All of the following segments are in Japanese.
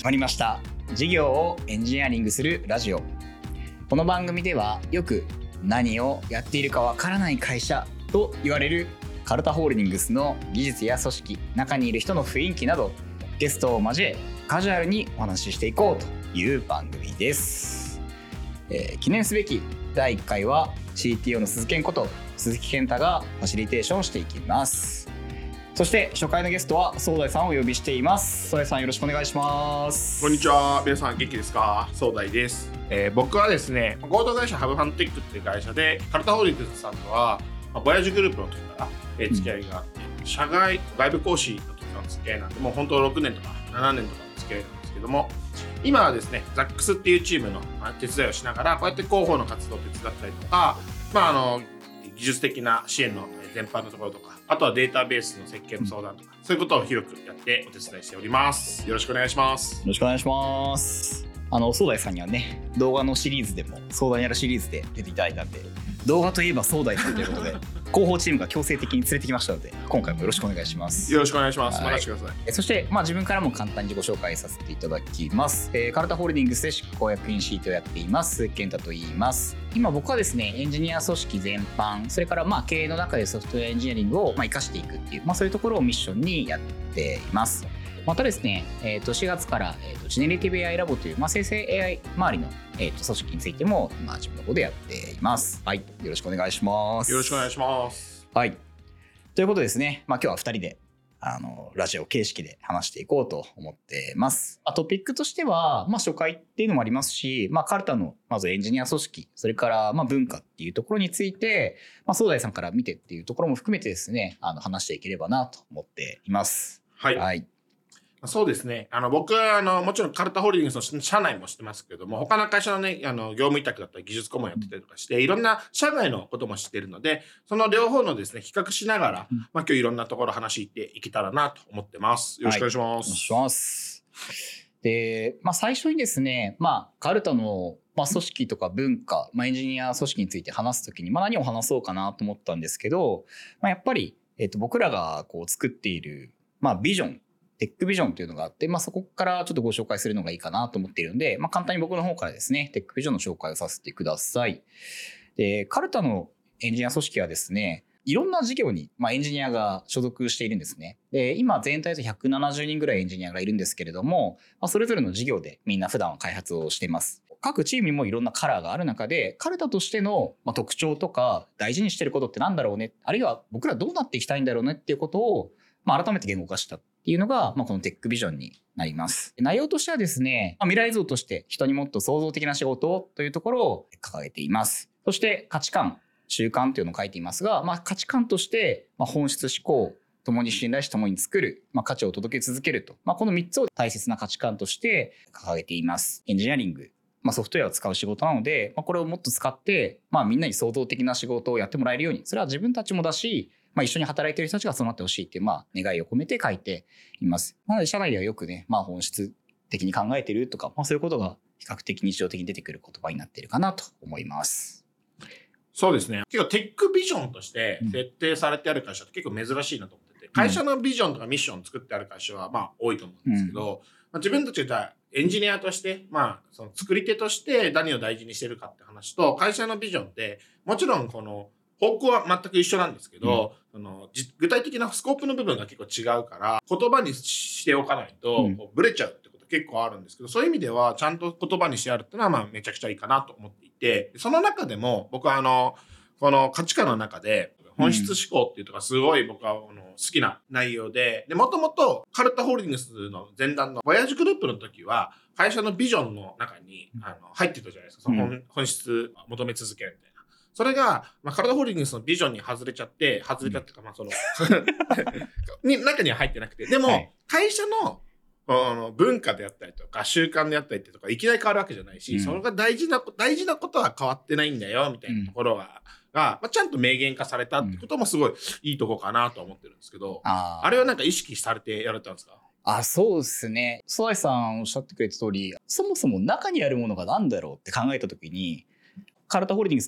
まりました。事業をエンジニアリングするラジオ。この番組ではよく何をやっているかわからない会社と言われるカルタホールディングスの技術や組織、中にいる人の雰囲気などゲストを交えカジュアルにお話ししていこうという番組です。記念すべき第1回は CTO の鈴健こと鈴木健太がファシリテーションしていきます。そして初回のゲストは総大さんをお呼びしています。総大さん、よろしくお願いします。 こんにちは、皆さん元気ですか？総大です。僕はですね、合同会社ハブファンテックっていう会社でカルタホールディングスさんとは、ボヤージュグループの時から付き合いがあって、社外部講師の時の付き合いなんで、もう本当6年とか7年とかの付き合いなんですけども、今はですね、ザックスっていうチームの手伝いをしながら、こうやって広報の活動を手伝ったりとか、技術的な支援の全般のところとか、あとはデータベースの設計の相談とか、そういうことを広くやってお手伝いしております。よろしくお願いします。 よろしくお願いします。総大さんにはね、動画のシリーズでも相談やるシリーズで出ていただいたんで、動画といえば総大さんということで広報チームが強制的に連れてきましたので、今回もよろしくお願いします。 よろしくお願いします。 はい、 任せてください。 そして、自分からも簡単にご紹介させていただきます。カルタホールディングスで執行役員シートをやっています健太と言います。今僕はですね、エンジニア組織全般、それから経営の中でソフトウェアエンジニアリングを生かしていくっていう、そういうところをミッションにやっています。またですね、4月からジェネレティブ AI ラボという、生成 AI 周りの、組織についても、自分の方でやっています。はい、よろしくお願いします。 よろしくお願いします。 はい、ということでですね、今日は2人でラジオ形式で話していこうと思っています。トピックとしては、初回っていうのもありますし、カルタのまずエンジニア組織、それから文化っていうところについて、総大さんから見てっていうところも含めてですね、話していければなと思っています。 はい。はい、そうですね。僕はもちろんカルタホールディングスの社内も知ってますけども、他の会社のね、業務委託だったり技術顧問やってたりとかして、いろんな社外のことも知っているので、その両方のですね、比較しながら、今日いろんなところ話していけたらなと思ってます。よろしくお願いします。 お願いします。で、最初にですね、カルタの組織とか文化、エンジニア組織について話すときに、何を話そうかなと思ったんですけど、やっぱり、僕らがこう作っている、ビジョン、テックビジョンというのがあって、そこからちょっとご紹介するのがいいかなと思っているので、簡単に僕の方からですね、テックビジョンの紹介をさせてください。で、カルタのエンジニア組織はですね、いろんな事業に、エンジニアが所属しているんですね。で、今全体で170人ぐらいエンジニアがいるんですけれども、それぞれの事業でみんな普段は開発をしています。各チームにもいろんなカラーがある中で、カルタとしての特徴とか大事にしていることってなんだろうね、あるいは僕らどうなっていきたいんだろうねっていうことを、改めて言語化したっていうのが、このテックビジョンになります。内容としてはですね、未来像として人にもっと創造的な仕事をというところを掲げています。そして価値観、習慣というのを書いていますが、価値観として、本質思考、共に信頼し共に作る、価値を届け続けると、この3つを大切な価値観として掲げています。エンジニアリング、ソフトウェアを使う仕事なので、これをもっと使って、みんなに創造的な仕事をやってもらえるように、それは自分たちもだし、一緒に働いている人たちがそうなってほしいっていう、願いを込めて書いています。なので、社内ではよくね、本質的に考えているとか、そういうことが比較的日常的に出てくる言葉になっているかなと思います。 そうですね。結構テックビジョンとして設定されてある会社って結構珍しいなと思ってて、会社のビジョンとかミッションを作ってある会社は多いと思うんですけど、自分たちがエンジニアとして、その作り手として何を大事にしてるかって話と、会社のビジョンって、もちろんこの方向は全く一緒なんですけど、具体的なスコープの部分が結構違うから、言葉にしておかないとブレちゃうってこと結構あるんですけど、そういう意味ではちゃんと言葉にしてあるっていうのはめちゃくちゃいいかなと思っていて、その中でも僕はこの価値観の中で本質思考っていうとかすごい僕は好きな内容で、もともとカルタホールディングスの前段のボヤージュグループの時は会社のビジョンの中に入ってたじゃないですか。その本質求め続けるみたいな。それが、カルタホールディングスのビジョンに外れちゃっていうか、中には入ってなくて。でも、会社の文化であったりとか、習慣であったりとか、いきなり変わるわけじゃないし、それが大事なことは変わってないんだよ、みたいなところが、ちゃんと明言化されたってこともすごいいいとこかなと思ってるんですけど、あれはなんか意識されてやられたんですか？ そうですね。曽我さんおっしゃってくれた通り、そもそも中にあるものが何だろうって考えたときに、カルタホールディングスって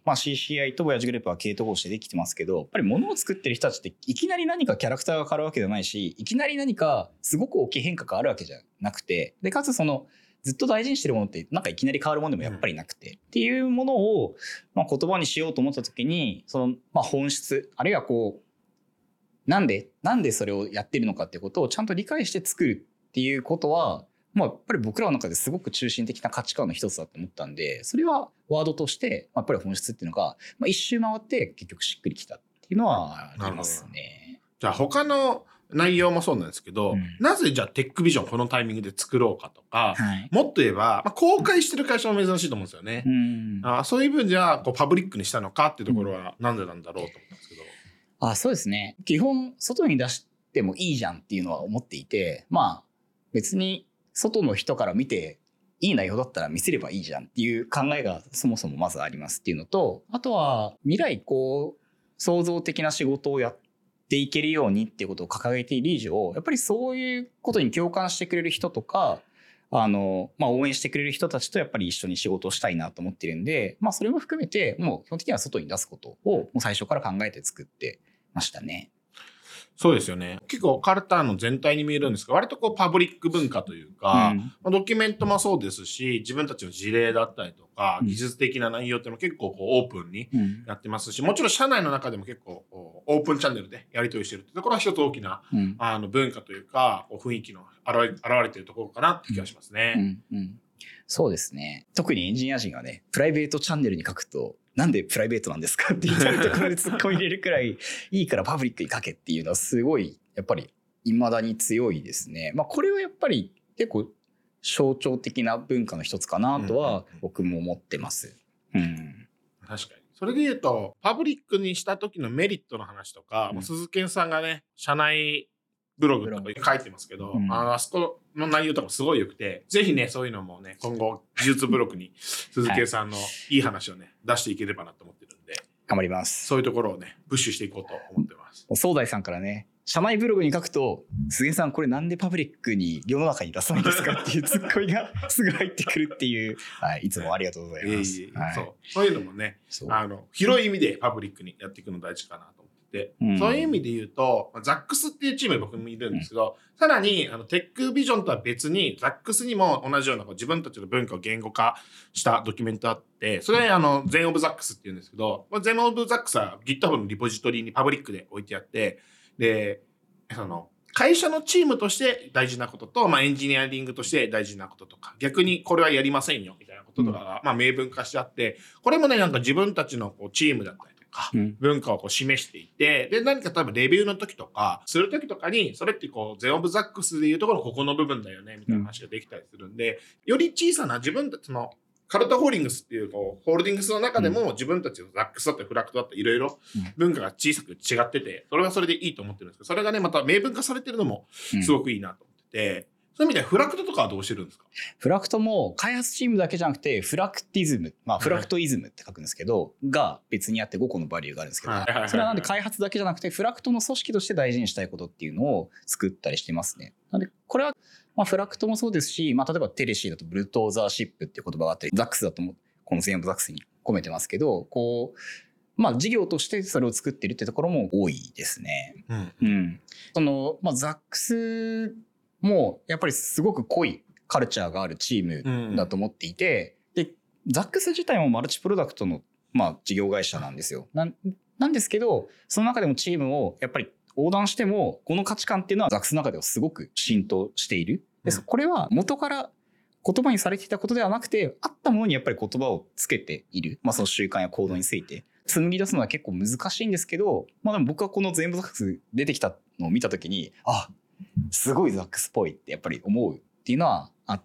CCI とボヤージグループは系統合してできてますけど、やっぱり物を作ってる人たちっていきなり何かキャラクターが変わるわけじゃないし、いきなり何かすごく大きい変化があるわけじゃなくて、でかつそのずっと大事にしてるものってなんかいきなり変わるものでもやっぱりなくて、っていうものを言葉にしようと思った時に、その本質、あるいはこうなんでそれをやってるのかっていうことをちゃんと理解して作るっていうことは、やっぱり僕らの中ですごく中心的な価値観の一つだと思ったんで、それはワードとしてやっぱり本質っていうのが一周回って結局しっくりきたっていうのはありますね。 じゃあ他の内容もそうなんですけど、なぜじゃあテックビジョンこのタイミングで作ろうかとか、もっと言えば、公開してる会社も珍しいと思うんですよね。そういう分じゃパブリックにしたのかっていうところはなんでなんだろうと思ったんですけど。 そうですね。基本外に出してもいいじゃんっていうのは思っていて、別に外の人から見ていい内容だったら見せればいいじゃんっていう考えがそもそもまずありますっていうのと、あとは未来創造的な仕事をやっていけるようにっていうことを掲げている以上、やっぱりそういうことに共感してくれる人とか応援してくれる人たちとやっぱり一緒に仕事をしたいなと思ってるんで、それも含めてもう基本的には外に出すことをもう最初から考えて作ってましたね。 そうですよね。結構カルタの全体に見えるんですが、割とパブリック文化というか、ドキュメントもそうですし、自分たちの事例だったりとか、技術的な内容っていうのも結構オープンにやってますし、もちろん社内の中でも結構オープンチャンネルでやり取りしてるってところは一つ大きな、文化というか雰囲気の現れてるところかなって気がしますね。 そうですね。特にエンジニア陣がね、プライベートチャンネルに書くと、なんでプライベートなんですかって言ったりところで突っ込み入れるくらいいいからパブリックに書けっていうのはすごいやっぱり未だに強いですね。これはやっぱり結構象徴的な文化の一つかなとは僕も思ってます。 確かに。それで言うとパブリックにした時のメリットの話とか、鈴賢さんがね社内ブログとか書いてますけど、あそこの内容とかもすごい良くて、ぜひね、そういうのもね、今後、技術ブログに鈴木さんのいい話をね、出していければなと思ってるんで、 頑張ります。 そういうところをね、プッシュしていこうと思ってます。 総大さんからね、社内ブログに書くと、鈴木さんこれなんでパブリックに世の中に出さないんですかっていうツッコミがすぐ入ってくるっていう、いつもありがとうございます。 そういうのもね、広い意味でパブリックにやっていくの大事かなと。そういう意味で言うと、ザックスっていうチームに僕もいるんですけど、さらにテックビジョンとは別にザックスにも同じような自分たちの文化を言語化したドキュメントあって、それ全オブザックスっていうんですけど、全オブザックスは GitHub のリポジトリにパブリックで置いてあって、で会社のチームとして大事なことと、エンジニアリングとして大事なこととか、逆にこれはやりませんよみたいなこととかが、明文化してあって、これもね、なんか自分たちのチームだったり文化を示していて、で何か多分レビューの時とかする時とかにそれってゼオブザックスでいうところここの部分だよねみたいな話ができたりするんで、より小さな自分たちのカルタホールディングスっていうホールディングスの中でも自分たちのザックスだったりフラクトだったりいろいろ文化が小さく違ってて、それはそれでいいと思ってるんですけど、それがねまた明文化されてるのもすごくいいなと思ってて、そういう意味ではフラクトとかはどうしてるんですか？ フラクトも開発チームだけじゃなくてフラクティズム、フラクトイズムって書くんですけど、が別にあって5個のバリューがあるんですけど、それはなんで開発だけじゃなくてフラクトの組織として大事にしたいことっていうのを作ったりしてますね。なのでこれはフラクトもそうですし、例えばテレシーだとブルトーザーシップっていう言葉があったり、ザックスだとこの全部ザックスに込めてますけど、事業としてそれを作ってるってところも多いですね。ザックスもやっぱりすごく濃いカルチャーがあるチームだと思っていて、でザックス自体もマルチプロダクトの事業会社なんですよ。なんですけど、その中でもチームをやっぱり横断してもこの価値観っていうのはザックスの中ではすごく浸透している。でこれは元から言葉にされていたことではなくて、あったものにやっぱり言葉をつけている、その習慣や行動について紡ぎ出すのは結構難しいんですけど、でも僕はこの全部ザックス出てきたのを見た時に、すごいザックスっぽいってやっぱり思うっていうのはあって、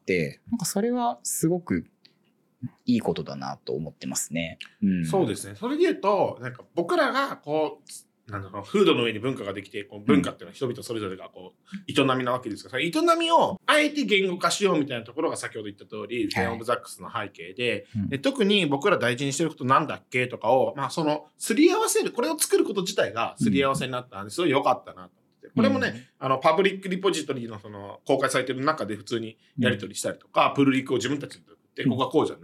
それはすごくいいことだなと思ってますね。 そうですね。それで言うとなんか僕らが風土の上に文化ができて、文化っていうのは人々それぞれが営みなわけですから、営みをあえて言語化しようみたいなところが先ほど言った通り、ゼンオブザックスの背景で、特に僕ら大事にしてることなんだっけとかを、すり合わせる、これを作ること自体がすり合わせになったんですごい良かったなと。これもね、パブリックリポジトリの公開されてる中で普通にやり取りしたりとか、プルリクを自分たちで作って、ここはこうじゃないとか、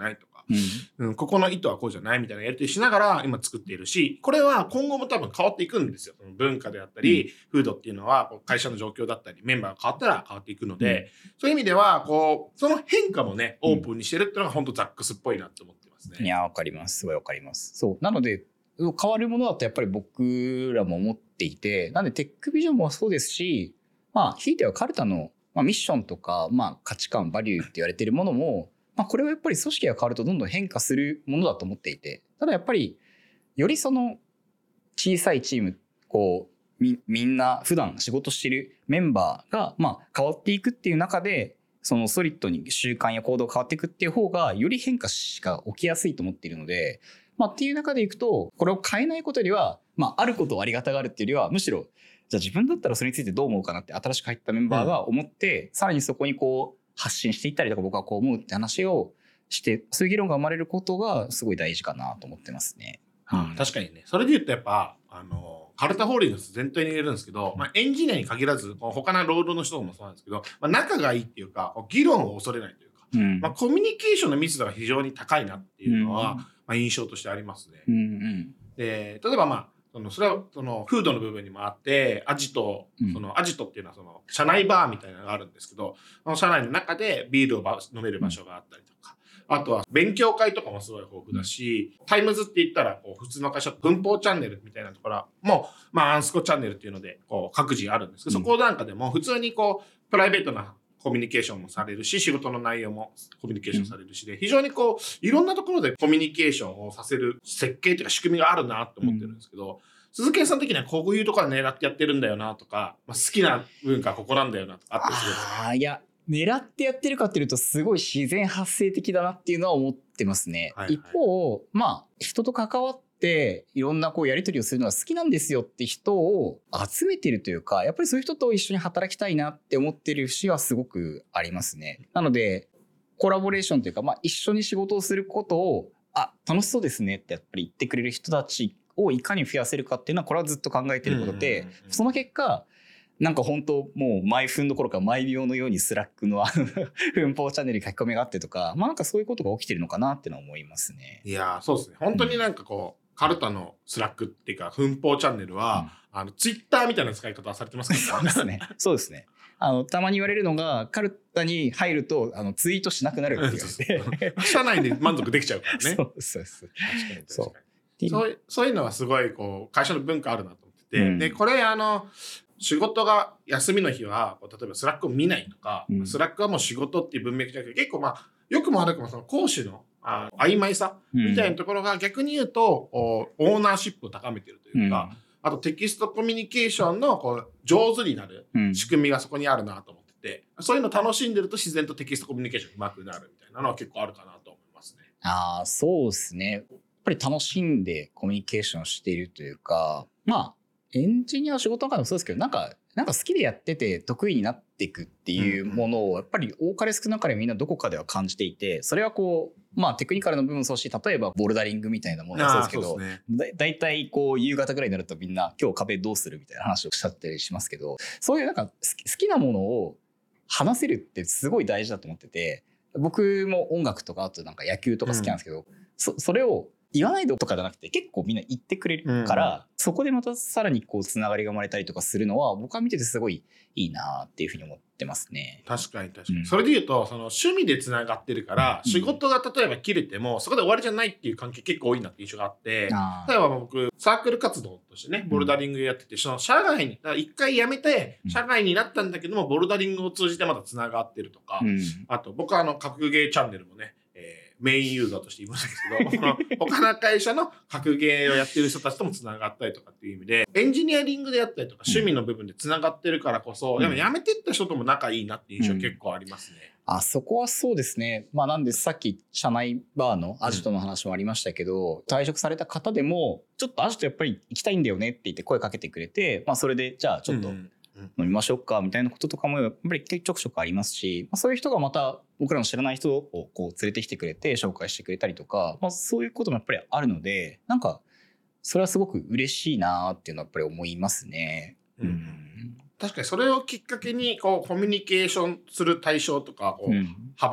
ここの意図はこうじゃないみたいなやり取りしながら今作っているし、これは今後も多分変わっていくんですよ。その文化であったり、風土っていうのは会社の状況だったり、メンバーが変わったら変わっていくので、そういう意味ではその変化もね、オープンにしてるっていうのが本当ザックスっぽいなと思ってますね。 いや、わかります。すごいわかります。そう。なので、変わるものだとやっぱり僕らも思っていて、なんでテックビジョンもそうですし、ひいてはカルタのミッションとか、価値観、バリューって言われているものも、これはやっぱり組織が変わるとどんどん変化するものだと思っていて、ただやっぱり、よりその小さいチーム、みんな普段仕事しているメンバーが、変わっていくっていう中で、そのソリッドに習慣や行動が変わっていくっていう方が、より変化が起きやすいと思っているので、っていう中でいくと、これを変えないことよりは、あることをありがたがるっていうよりは、むしろ、じゃあ自分だったらそれについてどう思うかなって新しく入ったメンバーが思って、さらにそこに発信していったりとか、僕はこう思うって話をして、そういう議論が生まれることがすごい大事かなと思ってますね。 確かにね。それで言うとやっぱ、カルタホールディングス全体に言えるんですけど、エンジニアに限らず、他の労働の人もそうなんですけど、仲がいいっていうか、議論を恐れないというか、コミュニケーションの密度が非常に高いなっていうのは、印象としてありますね。で、例えばそれはフードの部分にもあって、アジトっていうのは社内バーみたいなのがあるんですけど、社内の中でビールを飲める場所があったりとか、あとは勉強会とかもすごい豊富だし、タイムズって言ったら普通の会社、文法チャンネルみたいなところも、アンスコチャンネルっていうので各自あるんですけど、そこなんかでも普通にプライベートなコミュニケーションもされるし、仕事の内容もコミュニケーションされるしで、非常にいろんなところでコミュニケーションをさせる設計というか仕組みがあるなと思ってるんですけど、鈴木さん的にはこういうところ狙ってやってるんだよなとか、好きな文化はここなんだよなとかあったりするんですか？ いや、狙ってやってるかっていうとすごい自然発生的だなっていうのは思ってますね。一方、人と関わっていろんなやり取りをするのが好きなんですよって人を集めてるというか、やっぱりそういう人と一緒に働きたいなって思ってる節はすごくありますね。なのでコラボレーションというか、一緒に仕事をすることを楽しそうですねってやっぱり言ってくれる人たちをいかに増やせるかっていうのはこれはずっと考えてることで、その結果本当もう毎分どころか毎秒のようにスラックの文法チャンネルに書き込みがあってとか、そういうことが起きてるのかなってのは思いますね。 いやそうですね。本当にカルタのスラックっていうか文法チャンネルは、ツイッターみたいな使い方されてますからね。そうですね。たまに言われるのが、カルタに入るとツイートしなくなるって言われて社内で満足できちゃうからね。 そう。確かに。そういうのはすごい会社の文化あるなと思ってて、でこれ仕事が休みの日は例えばスラックを見ないとか、スラックはもう仕事っていう文脈じゃなくて、結構良くも悪くもその講師の曖昧さみたいなところが逆に言うと、オーナーシップを高めてるというか、あとテキストコミュニケーションの上手になる仕組みがそこにあるなと思ってて、そういうの楽しんでると自然とテキストコミュニケーションが上手くなるみたいなのは結構あるかなと思いますね。 そうですね。やっぱり楽しんでコミュニケーションしているというか、エンジニアの仕事とかもそうですけど、なんか好きでやってて得意になっていくっていうものをやっぱり多かれ少なかれみんなどこかでは感じていて、それはテクニカルの部分もそうし、例えばボルダリングみたいなものもそうですけど、だいたい夕方ぐらいになるとみんな今日壁どうするみたいな話をしちゃったりしますけど、そういう好きなものを話せるってすごい大事だと思ってて、僕も音楽とかあと野球とか好きなんですけど、それを言わないでとかじゃなくて結構みんな言ってくれるから、そこでまたさらにつながりが生まれたりとかするのは僕は見ててすごいいいなっていうふうに思ってますね。 確かに。それで言うと趣味でつながってるから、仕事が例えば切れてもそこで終わりじゃないっていう関係結構多いなって印象があって、例えば僕サークル活動としてねボルダリングやってて、その社外に一回辞めて社外になったんだけども、ボルダリングを通じてまたつながってるとか、あと僕は格ゲーチャンネルもねメインユーザーとしていますけど他の会社の格ゲーをやってる人たちともつながったりとかっていう意味で、エンジニアリングでやったりとか趣味の部分でつながってるからこそ、でも辞めてった人とも仲いいなっていう印象結構ありますね。 そこはそうですね。なんでさっき社内バーのアジトの話もありましたけど、退職された方でもちょっとアジトやっぱり行きたいんだよねって言って声かけてくれて、それでじゃあちょっと飲みましょうかみたいなこととかもやっぱりちょくちょくありますし、そういう人がまた僕らの知らない人を連れてきてくれて紹介してくれたりとか、そういうこともやっぱりあるので、それはすごく嬉しいなっていうのはやっぱり思いますね。 確かにそれをきっかけにコミュニケーションする対象とか幅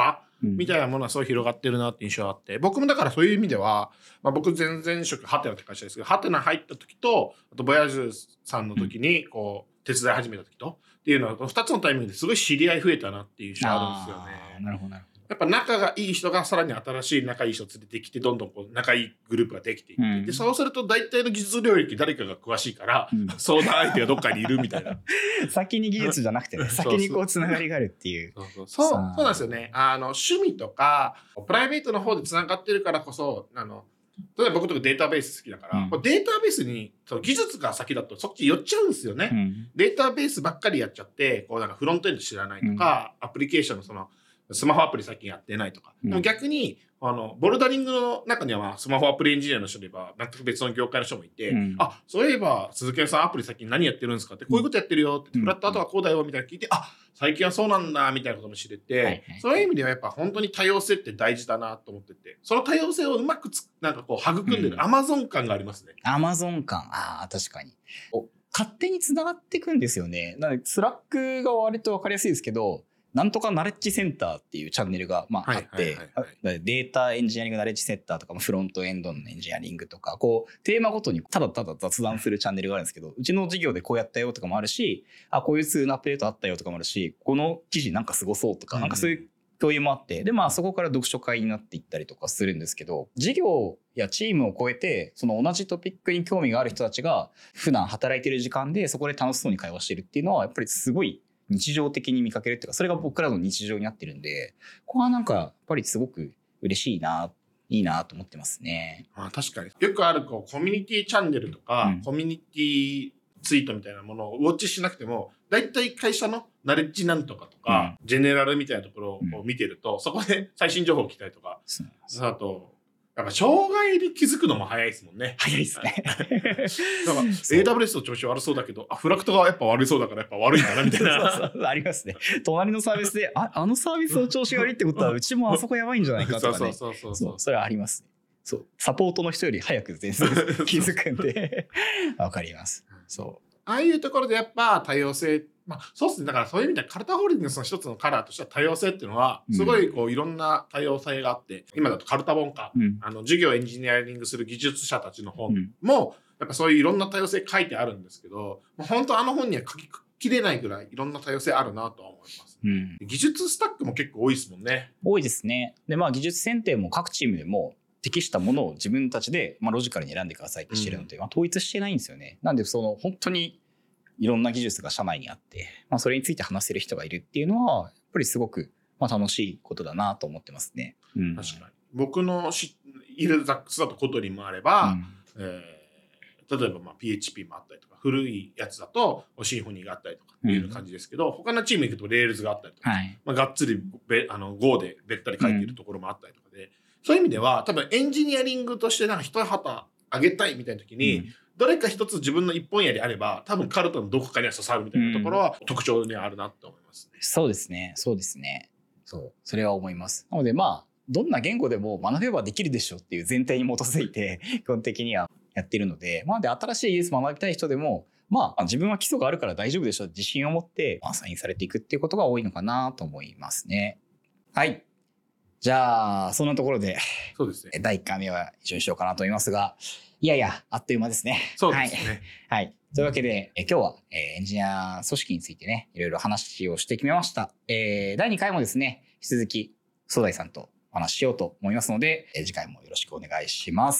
みたいなものはすごい広がってるなって印象があって、僕もだからそういう意味では、僕前々職ハテナって会社ですけど、ハテナ入った時と、あとボヤージュさんの時にこう手伝い始めた時とっていうのは、2つのタイミングですごい知り合い増えたなっていう印象あるんですよね。 なるほどなるほど。 やっぱ仲がいい人がさらに新しい仲いい人を連れてきて、どんどんこう仲いいグループができていって、でそうすると大体の技術領域誰かが詳しいから、相談相手がどっかにいるみたいな。 先に技術じゃなくてね、先にこうつながりがあるっていう。 そうなんですよね。趣味とかプライベートの方でつながってるからこそ、例えば僕とかデータベース好きだから、データベースにその技術が先だとそっち寄っちゃうんですよね。データベースばっかりやっちゃって、こうなんかフロントエンド知らないとか、アプリケーションのそのスマホアプリ最近やってないとか。でも逆に、ボルダリングの中にはスマホアプリエンジニアの人で言えば、全く別の業界の人もいて、そういえば鈴木さんアプリ最近何やってるんですかって、こういうことやってるよって、フラットアートはこうだよみたいな聞いて、最近はそうなんだみたいなことも知れて、そういう意味ではやっぱ本当に多様性って大事だなと思ってて、その多様性をうまくなんかこう育んでるアマゾン感がありますね。 アマゾン感、確かに。勝手に繋がっていくんですよね。なので、スラックが割と分かりやすいですけど、なんとかナレッジセンターっていうチャンネルがあって、データエンジニアリングナレッジセンターとかフロントエンドのエンジニアリングとか、こうテーマごとにただただ雑談するチャンネルがあるんですけど、うちの授業でこうやったよとかもあるし、こういうツールのアップデートあったよとかもあるし、この記事なんかすごそうとか、なんかそういう共有もあって、でそこから読書会になっていったりとかするんですけど、授業やチームを超えてその同じトピックに興味がある人たちが普段働いてる時間でそこで楽しそうに会話してるっていうのはやっぱりすごい日常的に見かけるっていうか、それが僕らの日常になってるんで、ここはなんかやっぱりすごく嬉しいな、いいなと思ってますね。 確かによくあるこうコミュニティチャンネルとか、コミュニティツイートみたいなものをウォッチしなくても、だいたい会社のナレッジなんとかとか、ジェネラルみたいなところを見てると、そこで最新情報を聞いたりとか、あとやっぱ障害に気づくのも早いですもんね。 早いですね。 なんか AWS の調子悪そうだけど、フラクトがやっぱ悪そうだからやっぱ悪いんだなみたいな。 そうありますね。隣のサービスであのサービスの調子が悪いってことはうちもあそこやばいんじゃないかとかね。それはありますね。そうサポートの人より早く全然気づくんでわかります。 ああいうところでやっぱ多様性、そうですね。だからそういう意味ではカルタホールディングスの一つのカラーとしては多様性っていうのはすごいこういろんな多様性があって、今だとカルタ本か、授業エンジニアリングする技術者たちの本もやっぱそういういろんな多様性書いてあるんですけど、本当本には書ききれないぐらいいろんな多様性あるなとは思います。技術スタックも結構多いですもんね。 多いですね。で技術選定も各チームでも適したものを自分たちでロジカルに選んでくださいってしてるので、統一してないんですよね。なんで本当にいろんな技術が社内にあって、それについて話せる人がいるっていうのはやっぱりすごく楽しいことだなと思ってますね。 確かに僕のいるザックスだとコトリンもあれば、例えばPHP もあったりとか、古いやつだとシンフォニーがあったりとかっていう感じですけど、他のチーム行くと Rails があったりとか、がっつりGo でべったり書いているところもあったりとかで、そういう意味では多分エンジニアリングとしてなんか一旗あげたいみたいな時に、どれか一つ自分の一本やりあれば多分カルタのどこかには刺さるみたいなところは特徴にあるなって思いますね。 そうですね。それは思います。なのでどんな言語でも学べばできるでしょっていう前提に基づいて基本的にはやってるので、で新しい技術学びたい人でも自分は基礎があるから大丈夫でしょ、自信を持ってアサインされていくっていうことが多いのかなと思いますね。はい。じゃあそんなところで、 そうですね。 第1回目は以上にしようかなと思いますが、あっという間ですね。 そうですね。 はい。というわけで、今日はエンジニア組織についてね、いろいろ話をしてきました。第2回もですね、引き続き総大さんとお話ししようと思いますので、次回もよろしくお願いします。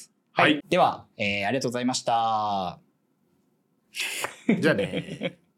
はい。では、ありがとうございました。 じゃあね。